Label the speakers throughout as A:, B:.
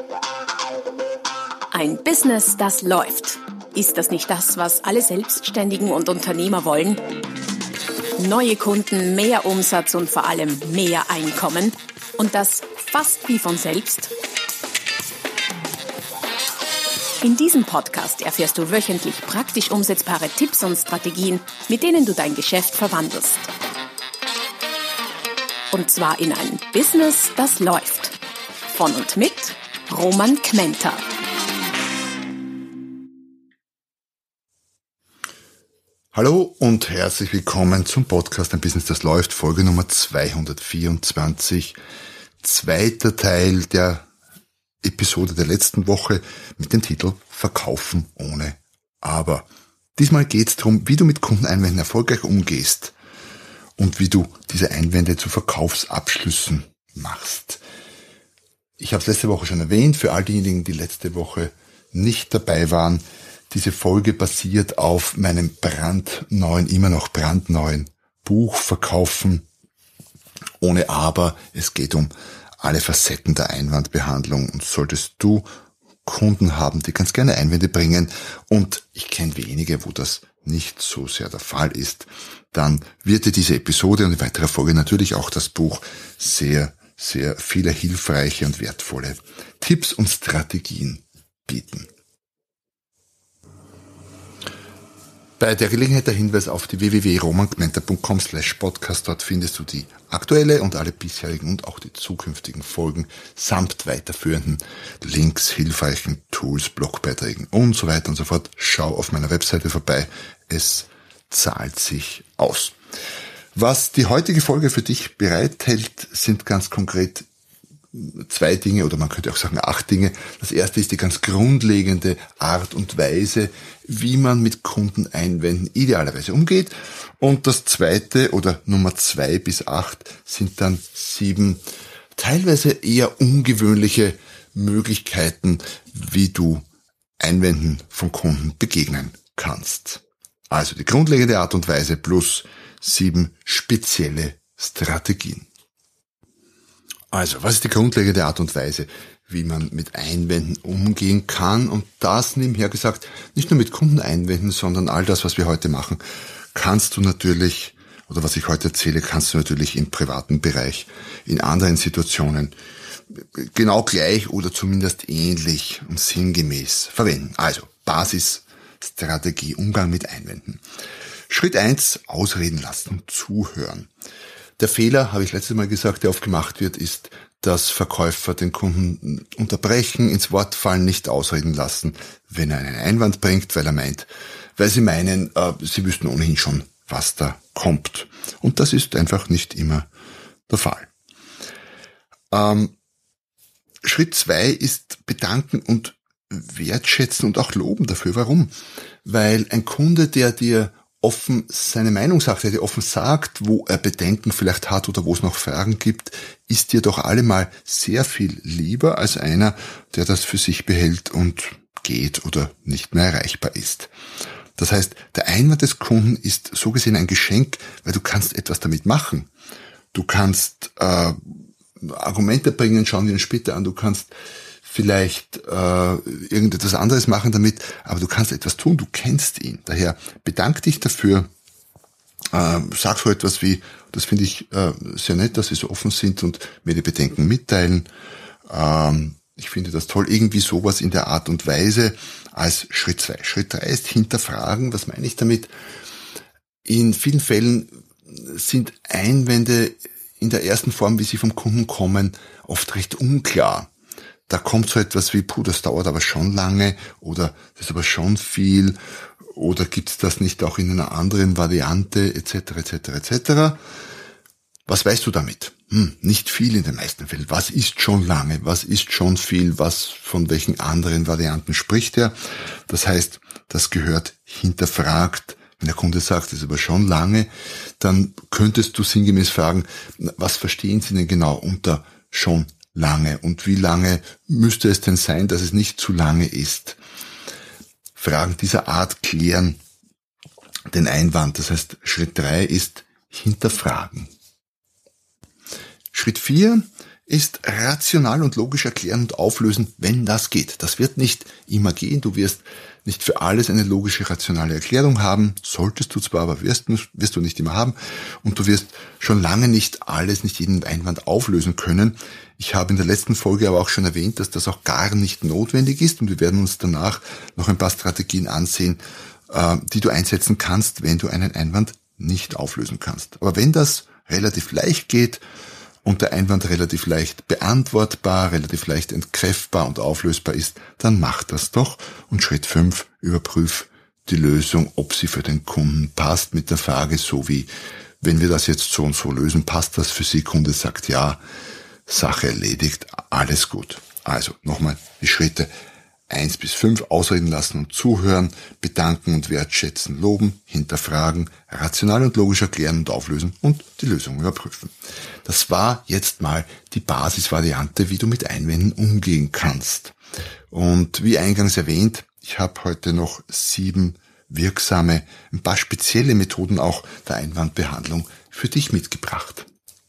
A: Ein Business, das läuft. Ist das nicht das, was alle Selbstständigen und Unternehmer wollen? Neue Kunden, mehr Umsatz und vor allem mehr Einkommen. Und das fast wie von selbst? In diesem Podcast erfährst du wöchentlich praktisch umsetzbare Tipps und Strategien, mit denen du dein Geschäft verwandelst. Und zwar in ein Business, das läuft. Von und mit Roman Kmenter.
B: Hallo und herzlich willkommen zum Podcast Ein Business, das läuft, Folge Nummer 224, zweiter Teil der Episode der letzten Woche mit dem Titel Verkaufen ohne Aber. Diesmal geht es darum, wie du mit Kundeneinwänden erfolgreich umgehst und wie du diese Einwände zu Verkaufsabschlüssen machst. Ich habe es letzte Woche schon erwähnt, für all diejenigen, die letzte Woche nicht dabei waren. Diese Folge basiert auf meinem immer noch brandneuen Buch Verkaufen ohne Aber. Es geht um alle Facetten der Einwandbehandlung. Und solltest du Kunden haben, die ganz gerne Einwände bringen, und ich kenne wenige, wo das nicht so sehr der Fall ist, dann wird dir diese Episode und in weiterer Folge natürlich auch das Buch sehr, sehr viele hilfreiche und wertvolle Tipps und Strategien bieten. Bei der Gelegenheit der Hinweis auf die www.romankmenter.com/podcast. Dort findest du die aktuelle und alle bisherigen und auch die zukünftigen Folgen samt weiterführenden Links, hilfreichen Tools, Blogbeiträgen und so weiter und so fort. Schau auf meiner Webseite vorbei. Es zahlt sich aus. Was die heutige Folge für dich bereithält, sind ganz konkret 2 Dinge, oder man könnte auch sagen 8 Dinge. Das erste ist die ganz grundlegende Art und Weise, wie man mit Kundeneinwänden idealerweise umgeht. Und das zweite, oder Nummer 2 bis 8, sind dann 7 teilweise eher ungewöhnliche Möglichkeiten, wie du Einwänden von Kunden begegnen kannst. Also die grundlegende Art und Weise plus 7 spezielle Strategien. Also, was ist die grundlegende Art und Weise, wie man mit Einwänden umgehen kann? Und das, nebenher gesagt, nicht nur mit Kundeneinwänden, sondern all das, was wir heute machen, kannst du natürlich, oder was ich heute erzähle, kannst du natürlich im privaten Bereich, in anderen Situationen genau gleich oder zumindest ähnlich und sinngemäß verwenden. Also, Basisstrategie, Umgang mit Einwänden. Schritt 1, ausreden lassen und zuhören. Der Fehler, habe ich letztes Mal gesagt, der oft gemacht wird, ist, dass Verkäufer den Kunden unterbrechen, ins Wort fallen, nicht ausreden lassen, wenn er einen Einwand bringt, weil sie meinen, sie wüssten ohnehin schon, was da kommt. Und das ist einfach nicht immer der Fall. Schritt 2 ist bedanken und wertschätzen und auch loben dafür. Warum? Weil ein Kunde, der dir offen seine Meinung sagt, der dir offen sagt, wo er Bedenken vielleicht hat oder wo es noch Fragen gibt, ist dir doch allemal sehr viel lieber als einer, der das für sich behält und geht oder nicht mehr erreichbar ist. Das heißt, der Einwand des Kunden ist so gesehen ein Geschenk, weil du kannst etwas damit machen. Du kannst Argumente bringen, schauen wir uns später an, du kannst vielleicht irgendetwas anderes machen damit, aber du kannst etwas tun, du kennst ihn. Daher bedank dich dafür, sag so etwas wie, das finde ich sehr nett, dass Sie so offen sind und mir die Bedenken mitteilen. Ich finde das toll, irgendwie sowas in der Art und Weise als Schritt 2. Schritt 3 ist hinterfragen, was meine ich damit? In vielen Fällen sind Einwände in der ersten Form, wie sie vom Kunden kommen, oft recht unklar. Da kommt so etwas wie, das dauert aber schon lange, oder das ist aber schon viel, oder gibt's das nicht auch in einer anderen Variante, etc., etc., etc. Was weißt du damit? Nicht viel in den meisten Fällen. Was ist schon lange? Was ist schon viel? Von welchen anderen Varianten spricht er? Das heißt, das gehört hinterfragt. Wenn der Kunde sagt, das ist aber schon lange, dann könntest du sinngemäß fragen, was verstehen Sie denn genau unter schon lange und wie lange müsste es denn sein, dass es nicht zu lange ist? Fragen dieser Art klären den Einwand. Das heißt, Schritt 3 ist hinterfragen. Schritt 4 ist rational und logisch erklären und auflösen, wenn das geht. Das wird nicht immer gehen. Du wirst nicht für alles eine logische, rationale Erklärung haben. Solltest du zwar, aber wirst du nicht immer haben. Und du wirst schon lange nicht jeden Einwand auflösen können. Ich habe in der letzten Folge aber auch schon erwähnt, dass das auch gar nicht notwendig ist. Und wir werden uns danach noch ein paar Strategien ansehen, die du einsetzen kannst, wenn du einen Einwand nicht auflösen kannst. Aber wenn das relativ leicht geht und der Einwand relativ leicht beantwortbar, relativ leicht entkräftbar und auflösbar ist, dann mach das doch. Und Schritt 5, überprüf die Lösung, ob sie für den Kunden passt, mit der Frage, so wie, wenn wir das jetzt so und so lösen, passt das für Sie? Kunde sagt ja, Sache erledigt, alles gut. Also nochmal die Schritte 1 bis 5 ausreden lassen und zuhören, bedanken und wertschätzen, loben, hinterfragen, rational und logisch erklären und auflösen und die Lösung überprüfen. Das war jetzt mal die Basisvariante, wie du mit Einwänden umgehen kannst. Und wie eingangs erwähnt, ich habe heute noch 7 wirksame, ein paar spezielle Methoden auch der Einwandbehandlung für dich mitgebracht.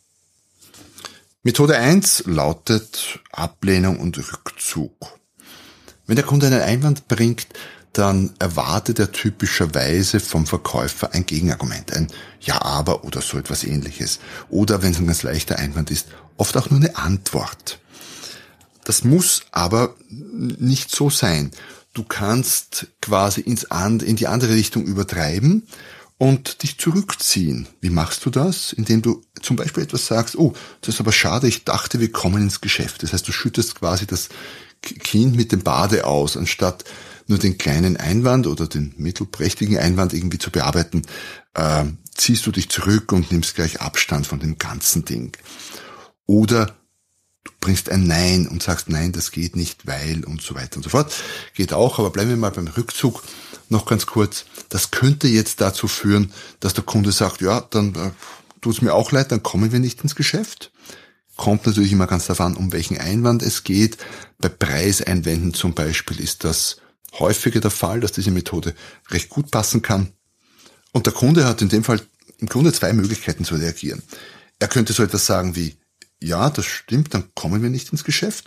B: Methode 1 lautet Ablehnung und Rückzug. Wenn der Kunde einen Einwand bringt, dann erwartet er typischerweise vom Verkäufer ein Gegenargument, ein Ja, aber oder so etwas Ähnliches. Oder, wenn es ein ganz leichter Einwand ist, oft auch nur eine Antwort. Das muss aber nicht so sein. Du kannst quasi in die andere Richtung übertreiben und dich zurückziehen. Wie machst du das? Indem du zum Beispiel etwas sagst, oh, das ist aber schade, ich dachte, wir kommen ins Geschäft. Das heißt, du schüttest quasi das Kind mit dem Bade aus, anstatt nur den kleinen Einwand oder den mittelprächtigen Einwand irgendwie zu bearbeiten, ziehst du dich zurück und nimmst gleich Abstand von dem ganzen Ding. Oder du bringst ein Nein und sagst, nein, das geht nicht, weil und so weiter und so fort. Geht auch, aber bleiben wir mal beim Rückzug noch ganz kurz. Das könnte jetzt dazu führen, dass der Kunde sagt, ja, dann tut's mir auch leid, dann kommen wir nicht ins Geschäft. Kommt natürlich immer ganz darauf an, um welchen Einwand es geht. Bei Preiseinwänden zum Beispiel ist das häufiger der Fall, dass diese Methode recht gut passen kann. Und der Kunde hat in dem Fall im Grunde 2 Möglichkeiten zu reagieren. Er könnte so etwas sagen wie, ja, das stimmt, dann kommen wir nicht ins Geschäft.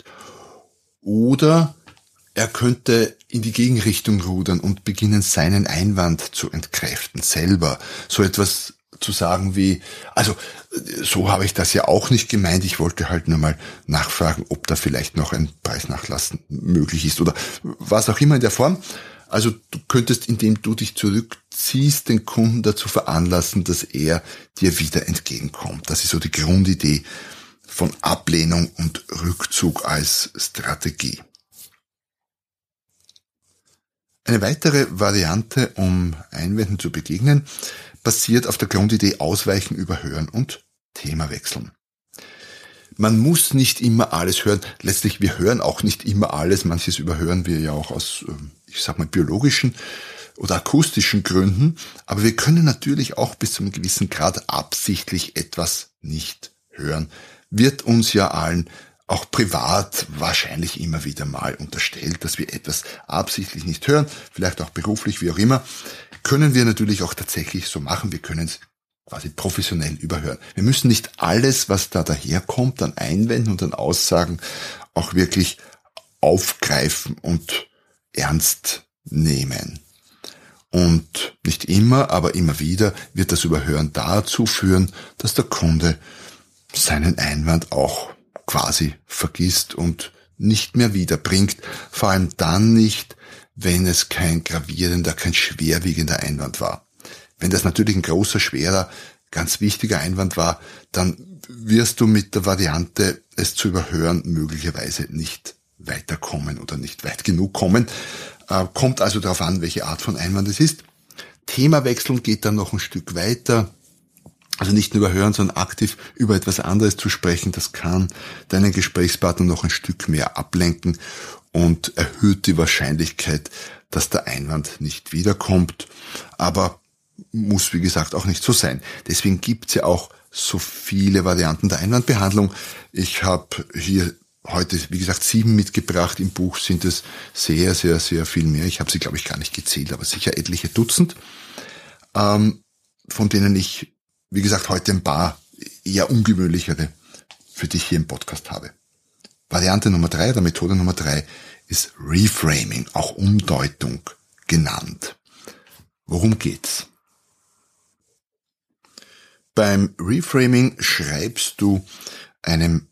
B: Oder er könnte in die Gegenrichtung rudern und beginnen, seinen Einwand zu entkräften, selber. So etwas zu sagen wie, also so habe ich das ja auch nicht gemeint, ich wollte halt nur mal nachfragen, ob da vielleicht noch ein Preisnachlassen möglich ist oder was auch immer in der Form. Also du könntest, indem du dich zurückziehst, den Kunden dazu veranlassen, dass er dir wieder entgegenkommt. Das ist so die Grundidee von Ablehnung und Rückzug als Strategie. Eine weitere Variante, um Einwänden zu begegnen, basiert auf der Grundidee Ausweichen, Überhören und Thema wechseln. Man muss nicht immer alles hören. Letztlich, wir hören auch nicht immer alles. Manches überhören wir ja auch aus, biologischen oder akustischen Gründen. Aber wir können natürlich auch bis zu einem gewissen Grad absichtlich etwas nicht hören. Wird uns ja allen auch privat wahrscheinlich immer wieder mal unterstellt, dass wir etwas absichtlich nicht hören, vielleicht auch beruflich, wie auch immer, können wir natürlich auch tatsächlich so machen. Wir können es quasi professionell überhören. Wir müssen nicht alles, was da daherkommt, an Einwänden und an Aussagen auch wirklich aufgreifen und ernst nehmen. Und nicht immer, aber immer wieder wird das Überhören dazu führen, dass der Kunde seinen Einwand auch quasi vergisst und nicht mehr wiederbringt. Vor allem dann nicht, wenn es kein gravierender, kein schwerwiegender Einwand war. Wenn das natürlich ein großer, schwerer, ganz wichtiger Einwand war, dann wirst du mit der Variante, es zu überhören, möglicherweise nicht weiterkommen oder nicht weit genug kommen. Kommt also darauf an, welche Art von Einwand es ist. Themawechseln geht dann noch ein Stück weiter. Also nicht nur überhören, sondern aktiv über etwas anderes zu sprechen, das kann deinen Gesprächspartner noch ein Stück mehr ablenken und erhöht die Wahrscheinlichkeit, dass der Einwand nicht wiederkommt. Aber muss, wie gesagt, auch nicht so sein. Deswegen gibt's ja auch so viele Varianten der Einwandbehandlung. Ich habe hier heute, wie gesagt, 7 mitgebracht. Im Buch sind es sehr, sehr, sehr viel mehr. Ich habe sie, glaube ich, gar nicht gezählt, aber sicher etliche Dutzend, von denen ich, wie gesagt, heute ein paar eher ungewöhnlichere für dich hier im Podcast habe. Variante Nummer 3 oder Methode Nummer 3 ist Reframing, auch Umdeutung genannt. Worum geht's? Beim Reframing schreibst du einem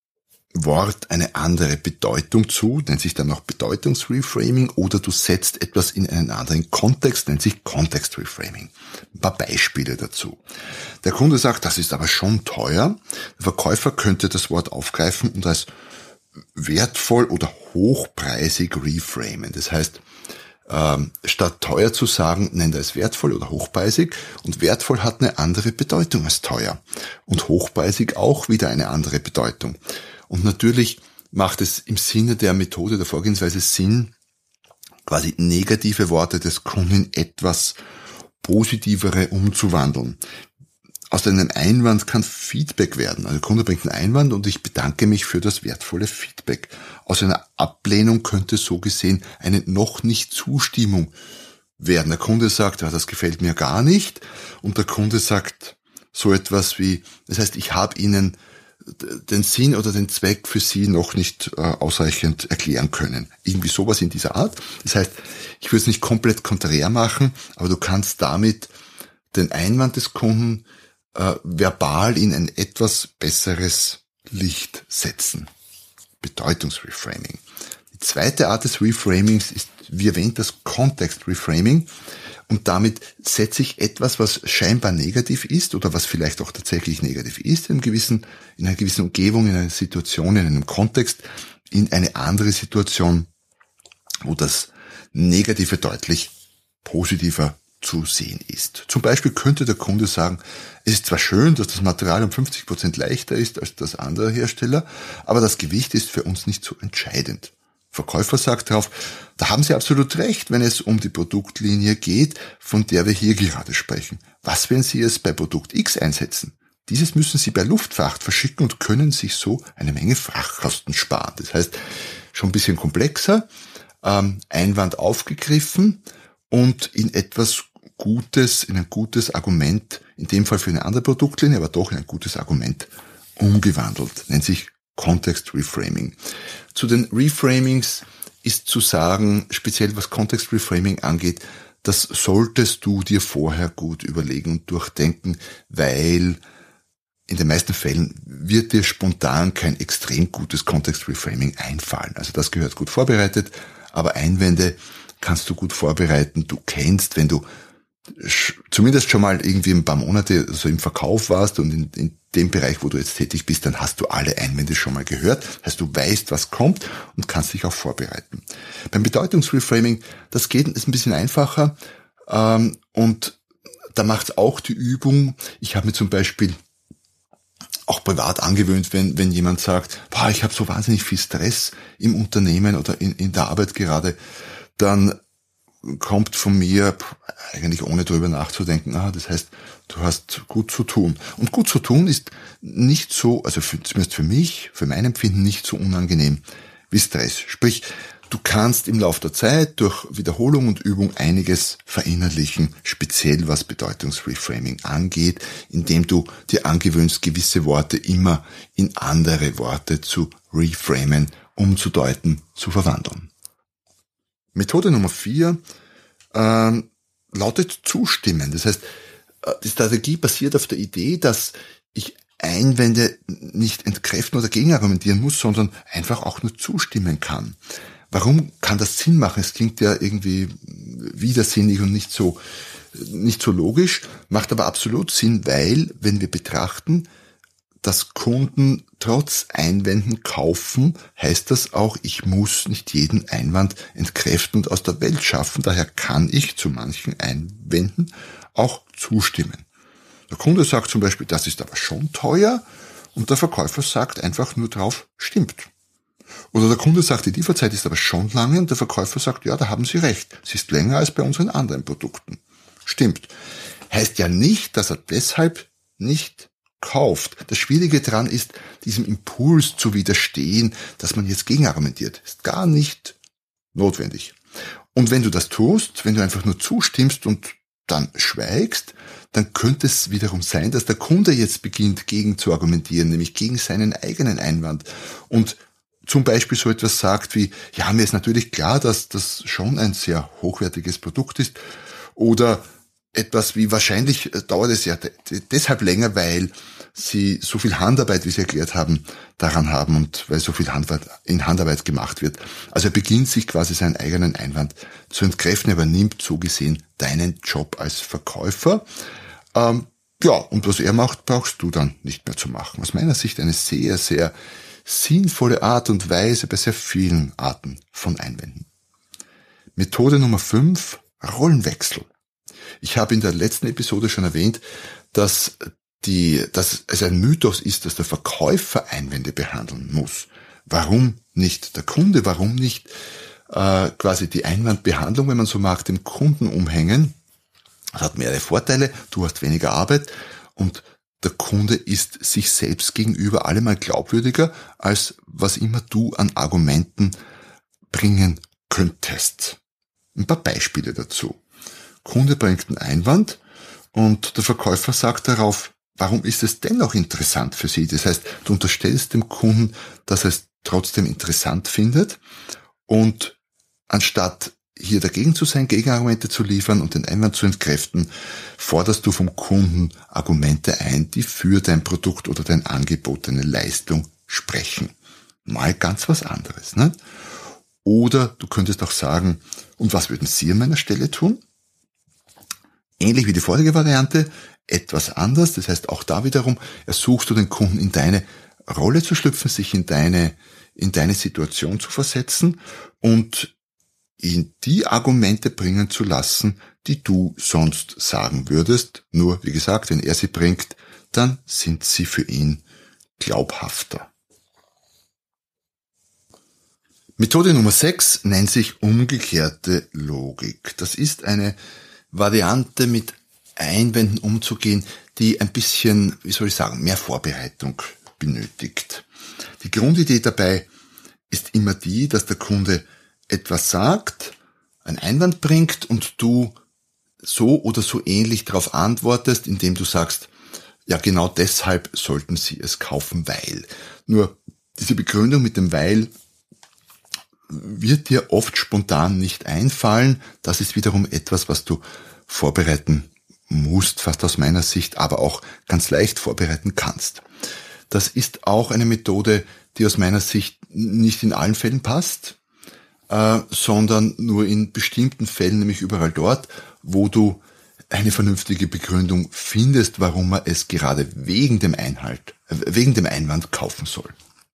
B: Wort eine andere Bedeutung zu, nennt sich dann noch Bedeutungsreframing, oder du setzt etwas in einen anderen Kontext, nennt sich Kontextreframing. Ein paar Beispiele dazu. Der Kunde sagt, das ist aber schon teuer. Der Verkäufer könnte das Wort aufgreifen und als wertvoll oder hochpreisig reframen. Das heißt, statt teuer zu sagen, nennt er es wertvoll oder hochpreisig, und wertvoll hat eine andere Bedeutung als teuer und hochpreisig auch wieder eine andere Bedeutung. Und natürlich macht es im Sinne der Methode, der Vorgehensweise Sinn, quasi negative Worte des Kunden in etwas positivere umzuwandeln. Aus einem Einwand kann Feedback werden. Also der Kunde bringt einen Einwand und ich bedanke mich für das wertvolle Feedback. Aus einer Ablehnung könnte so gesehen eine noch nicht Zustimmung werden. Der Kunde sagt, ja, das gefällt mir gar nicht. Und der Kunde sagt so etwas wie, das heißt, ich habe Ihnen den Sinn oder den Zweck für Sie noch nicht ausreichend erklären können. Irgendwie sowas in dieser Art. Das heißt, ich würde es nicht komplett konträr machen, aber du kannst damit den Einwand des Kunden verbal in ein etwas besseres Licht setzen. Bedeutungsreframing. Die zweite Art des Reframings ist, wie erwähnt, das Kontextreframing. Und damit setze ich etwas, was scheinbar negativ ist oder was vielleicht auch tatsächlich negativ ist, in einer gewissen Umgebung, in einer Situation, in einem Kontext, in eine andere Situation, wo das Negative deutlich positiver zu sehen ist. Zum Beispiel könnte der Kunde sagen, es ist zwar schön, dass das Material um 50% leichter ist als das andere Hersteller, aber das Gewicht ist für uns nicht so entscheidend. Verkäufer sagt darauf, da haben Sie absolut recht, wenn es um die Produktlinie geht, von der wir hier gerade sprechen. Was, wenn Sie es bei Produkt X einsetzen? Dieses müssen Sie per Luftfracht verschicken und können sich so eine Menge Frachtkosten sparen. Das heißt, schon ein bisschen komplexer, Einwand aufgegriffen und in etwas Gutes, in ein gutes Argument, in dem Fall für eine andere Produktlinie, aber doch in ein gutes Argument umgewandelt. Nennt sich Context Reframing. Zu den Reframings ist zu sagen, speziell was Context Reframing angeht, das solltest du dir vorher gut überlegen und durchdenken, weil in den meisten Fällen wird dir spontan kein extrem gutes Context Reframing einfallen. Also das gehört gut vorbereitet, aber Einwände kannst du gut vorbereiten. Du kennst, wenn du zumindest schon mal irgendwie ein paar Monate so im Verkauf warst und in dem Bereich, wo du jetzt tätig bist, dann hast du alle Einwände schon mal gehört. Das heißt, du weißt, was kommt und kannst dich auch vorbereiten. Beim Bedeutungsreframing, das geht, ist ein bisschen einfacher und da macht's auch die Übung. Ich habe mir zum Beispiel auch privat angewöhnt, wenn jemand sagt, boah, ich habe so wahnsinnig viel Stress im Unternehmen oder in der Arbeit gerade, dann kommt von mir eigentlich ohne drüber nachzudenken, das heißt, du hast gut zu tun. Und gut zu tun ist nicht so, also zumindest für mich, für mein Empfinden nicht so unangenehm wie Stress. Sprich, du kannst im Laufe der Zeit durch Wiederholung und Übung einiges verinnerlichen, speziell was Bedeutungsreframing angeht, indem du dir angewöhnst, gewisse Worte immer in andere Worte zu reframen, umzudeuten, zu verwandeln. Methode Nummer 4 lautet zustimmen. Das heißt, die Strategie basiert auf der Idee, dass ich Einwände nicht entkräften oder gegenargumentieren muss, sondern einfach auch nur zustimmen kann. Warum kann das Sinn machen? Es klingt ja irgendwie widersinnig und nicht so logisch, macht aber absolut Sinn, weil, wenn wir betrachten, dass Kunden trotz Einwänden kaufen, heißt das auch, ich muss nicht jeden Einwand entkräften und aus der Welt schaffen. Daher kann ich zu manchen Einwänden auch zustimmen. Der Kunde sagt zum Beispiel, das ist aber schon teuer, und der Verkäufer sagt einfach nur drauf, stimmt. Oder der Kunde sagt, die Lieferzeit ist aber schon lange, und der Verkäufer sagt, ja, da haben Sie recht, sie ist länger als bei unseren anderen Produkten. Stimmt. Heißt ja nicht, dass er deshalb nicht kauft. Das Schwierige daran ist, diesem Impuls zu widerstehen, dass man jetzt gegenargumentiert. Ist gar nicht notwendig. Und wenn du das tust, wenn du einfach nur zustimmst und dann schweigst, dann könnte es wiederum sein, dass der Kunde jetzt beginnt, gegen zu argumentieren, nämlich gegen seinen eigenen Einwand. Und zum Beispiel so etwas sagt wie, ja, mir ist natürlich klar, dass das schon ein sehr hochwertiges Produkt ist. Oder etwas wie, wahrscheinlich dauert es ja deshalb länger, weil Sie so viel Handarbeit, wie Sie erklärt haben, daran haben und weil so viel in Handarbeit gemacht wird. Also er beginnt sich quasi seinen eigenen Einwand zu entkräften, er übernimmt so gesehen deinen Job als Verkäufer. Ja, und was er macht, brauchst du dann nicht mehr zu machen. Aus meiner Sicht eine sehr, sehr sinnvolle Art und Weise bei sehr vielen Arten von Einwänden. Methode Nummer 5, Rollenwechsel. Ich habe in der letzten Episode schon erwähnt, dass es ein Mythos ist, dass der Verkäufer Einwände behandeln muss. Warum nicht der Kunde? Warum nicht quasi die Einwandbehandlung, wenn man so mag, dem Kunden umhängen? Das hat mehrere Vorteile. Du hast weniger Arbeit und der Kunde ist sich selbst gegenüber allemal glaubwürdiger, als was immer du an Argumenten bringen könntest. Ein paar Beispiele dazu. Kunde bringt einen Einwand und der Verkäufer sagt darauf, warum ist es dennoch interessant für Sie? Das heißt, du unterstellst dem Kunden, dass er es trotzdem interessant findet und anstatt hier dagegen zu sein, Gegenargumente zu liefern und den Einwand zu entkräften, forderst du vom Kunden Argumente ein, die für dein Produkt oder dein Angebot, deine Leistung sprechen. Mal ganz was anderes, ne? Oder du könntest auch sagen, und was würden Sie an meiner Stelle tun? Ähnlich wie die vorige Variante, etwas anders. Das heißt, auch da wiederum ersuchst du den Kunden in deine Rolle zu schlüpfen, sich in deine Situation zu versetzen und ihn die Argumente bringen zu lassen, die du sonst sagen würdest. Nur, wie gesagt, wenn er sie bringt, dann sind sie für ihn glaubhafter. Methode Nummer 6 nennt sich umgekehrte Logik. Das ist eine Variante, mit Einwänden umzugehen, die ein bisschen, mehr Vorbereitung benötigt. Die Grundidee dabei ist immer die, dass der Kunde etwas sagt, einen Einwand bringt und du so oder so ähnlich darauf antwortest, indem du sagst, ja, genau deshalb sollten Sie es kaufen, weil. Nur diese Begründung mit dem Weil wird dir oft spontan nicht einfallen. Das ist wiederum etwas, was du vorbereiten musst, fast aus meiner Sicht, aber auch ganz leicht vorbereiten kannst. Das ist auch eine Methode, die aus meiner Sicht nicht in allen Fällen passt, sondern nur in bestimmten Fällen, nämlich überall dort, wo du eine vernünftige Begründung findest, warum man es gerade wegen dem Einwand kaufen soll.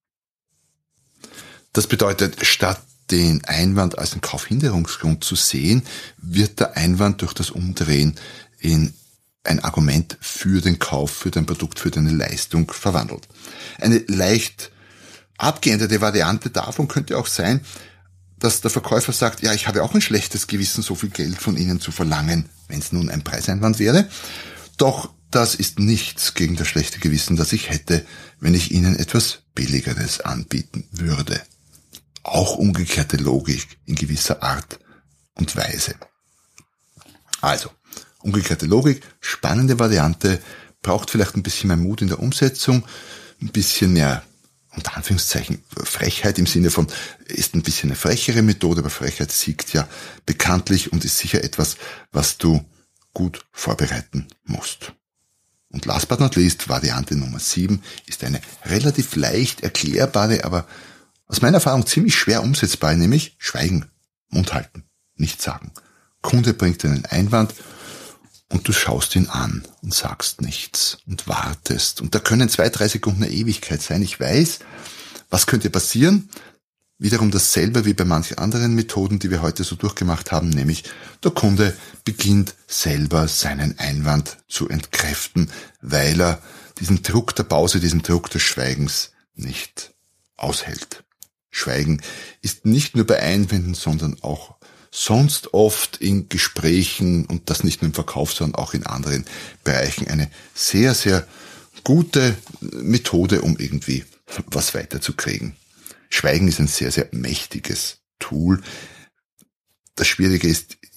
B: Das bedeutet, statt den Einwand als einen Kaufhinderungsgrund zu sehen, wird der Einwand durch das Umdrehen in ein Argument für den Kauf, für dein Produkt, für deine Leistung verwandelt. Eine leicht abgeänderte Variante davon könnte auch sein, dass der Verkäufer sagt, ja, ich habe auch ein schlechtes Gewissen, so viel Geld von Ihnen zu verlangen, wenn es nun ein Preiseinwand wäre. Doch das ist nichts gegen das schlechte Gewissen, das ich hätte, wenn ich Ihnen etwas Billigeres anbieten würde. Auch umgekehrte Logik in gewisser Art und Weise. Also, umgekehrte Logik, spannende Variante, braucht vielleicht ein bisschen mehr Mut in der Umsetzung, ein bisschen mehr, unter Anführungszeichen, Frechheit im Sinne von, ist ein bisschen eine frechere Methode, aber Frechheit siegt ja bekanntlich und ist sicher etwas, was du gut vorbereiten musst. Und last but not least, Variante Nummer 7 ist eine relativ leicht erklärbare, aber aus meiner Erfahrung ziemlich schwer umsetzbar, nämlich schweigen, Mund halten, nichts sagen. Kunde bringt einen Einwand und du schaust ihn an und sagst nichts und wartest. Und da können 2-3 Sekunden eine Ewigkeit sein. Ich weiß, was könnte passieren? Wiederum dasselbe wie bei manchen anderen Methoden, die wir heute so durchgemacht haben, nämlich der Kunde beginnt selber seinen Einwand zu entkräften, weil er diesen Druck der Pause, diesen Druck des Schweigens nicht aushält. Schweigen ist nicht nur bei Einwänden, sondern auch sonst oft in Gesprächen und das nicht nur im Verkauf, sondern auch in anderen Bereichen eine sehr, sehr gute Methode, um irgendwie was weiterzukriegen. Schweigen ist ein sehr, sehr mächtiges Tool. Das Schwierige ist jetzt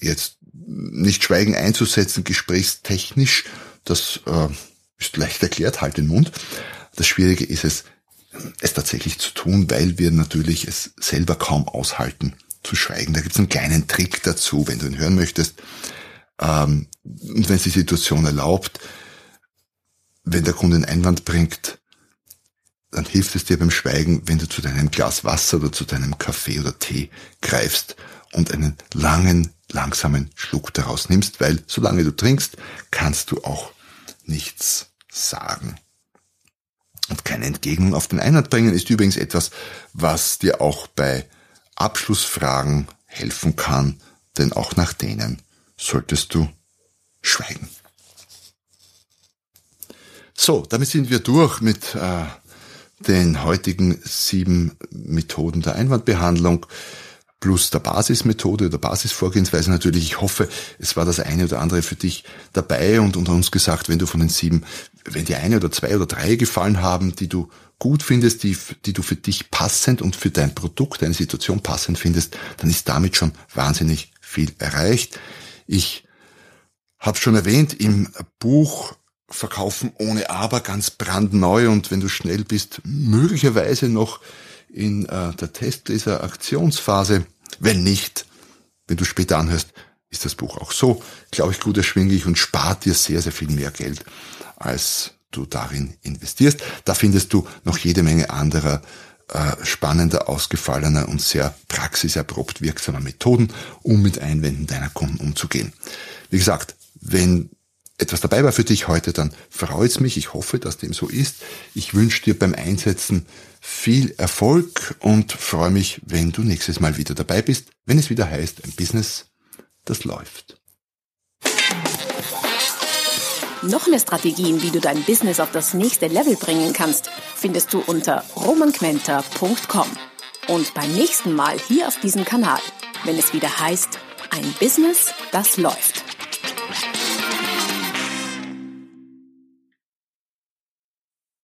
B: nicht Schweigen einzusetzen, gesprächstechnisch, das ist leicht erklärt, halt den Mund. Das Schwierige ist es tatsächlich zu tun, weil wir natürlich es selber kaum aushalten zu schweigen. Da gibt es einen kleinen Trick dazu, wenn du ihn hören möchtest. Und wenn es die Situation erlaubt, wenn der Kunde einen Einwand bringt, dann hilft es dir beim Schweigen, wenn du zu deinem Glas Wasser oder zu deinem Kaffee oder Tee greifst und einen langen, langsamen Schluck daraus nimmst, weil solange du trinkst, kannst du auch nichts sagen. Und keine Entgegnung auf den Einwand bringen ist übrigens etwas, was dir auch bei Abschlussfragen helfen kann, denn auch nach denen solltest du schweigen. So, damit sind wir durch mit den heutigen 7 Methoden der Einwandbehandlung plus der Basismethode oder Basisvorgehensweise natürlich. Ich hoffe, es war das eine oder andere für dich dabei und unter uns gesagt, wenn du von den 7, wenn dir eine oder 2 oder 3 gefallen haben, die du gut findest, die du für dich passend und für dein Produkt, deine Situation passend findest, dann ist damit schon wahnsinnig viel erreicht. Ich habe schon erwähnt, im Buch Verkaufen ohne Aber, ganz brandneu und wenn du schnell bist, möglicherweise noch in der Testleser-Aktionsphase. Wenn nicht, wenn du später anhörst, ist das Buch auch so, glaube ich, gut erschwinglich und spart dir sehr, sehr viel mehr Geld, als du darin investierst. Da findest du noch jede Menge anderer spannender, ausgefallener und sehr praxiserprobt wirksamer Methoden, um mit Einwänden deiner Kunden umzugehen. Wie gesagt, wenn etwas dabei war für dich heute, dann freut es mich. Ich hoffe, dass dem so ist. Ich wünsche dir beim Einsetzen viel Erfolg und freue mich, wenn du nächstes Mal wieder dabei bist, wenn es wieder heißt, ein Business, das läuft.
A: Noch mehr Strategien, wie du dein Business auf das nächste Level bringen kannst, findest du unter romanquenter.com. Und beim nächsten Mal hier auf diesem Kanal, wenn es wieder heißt, ein Business, das läuft.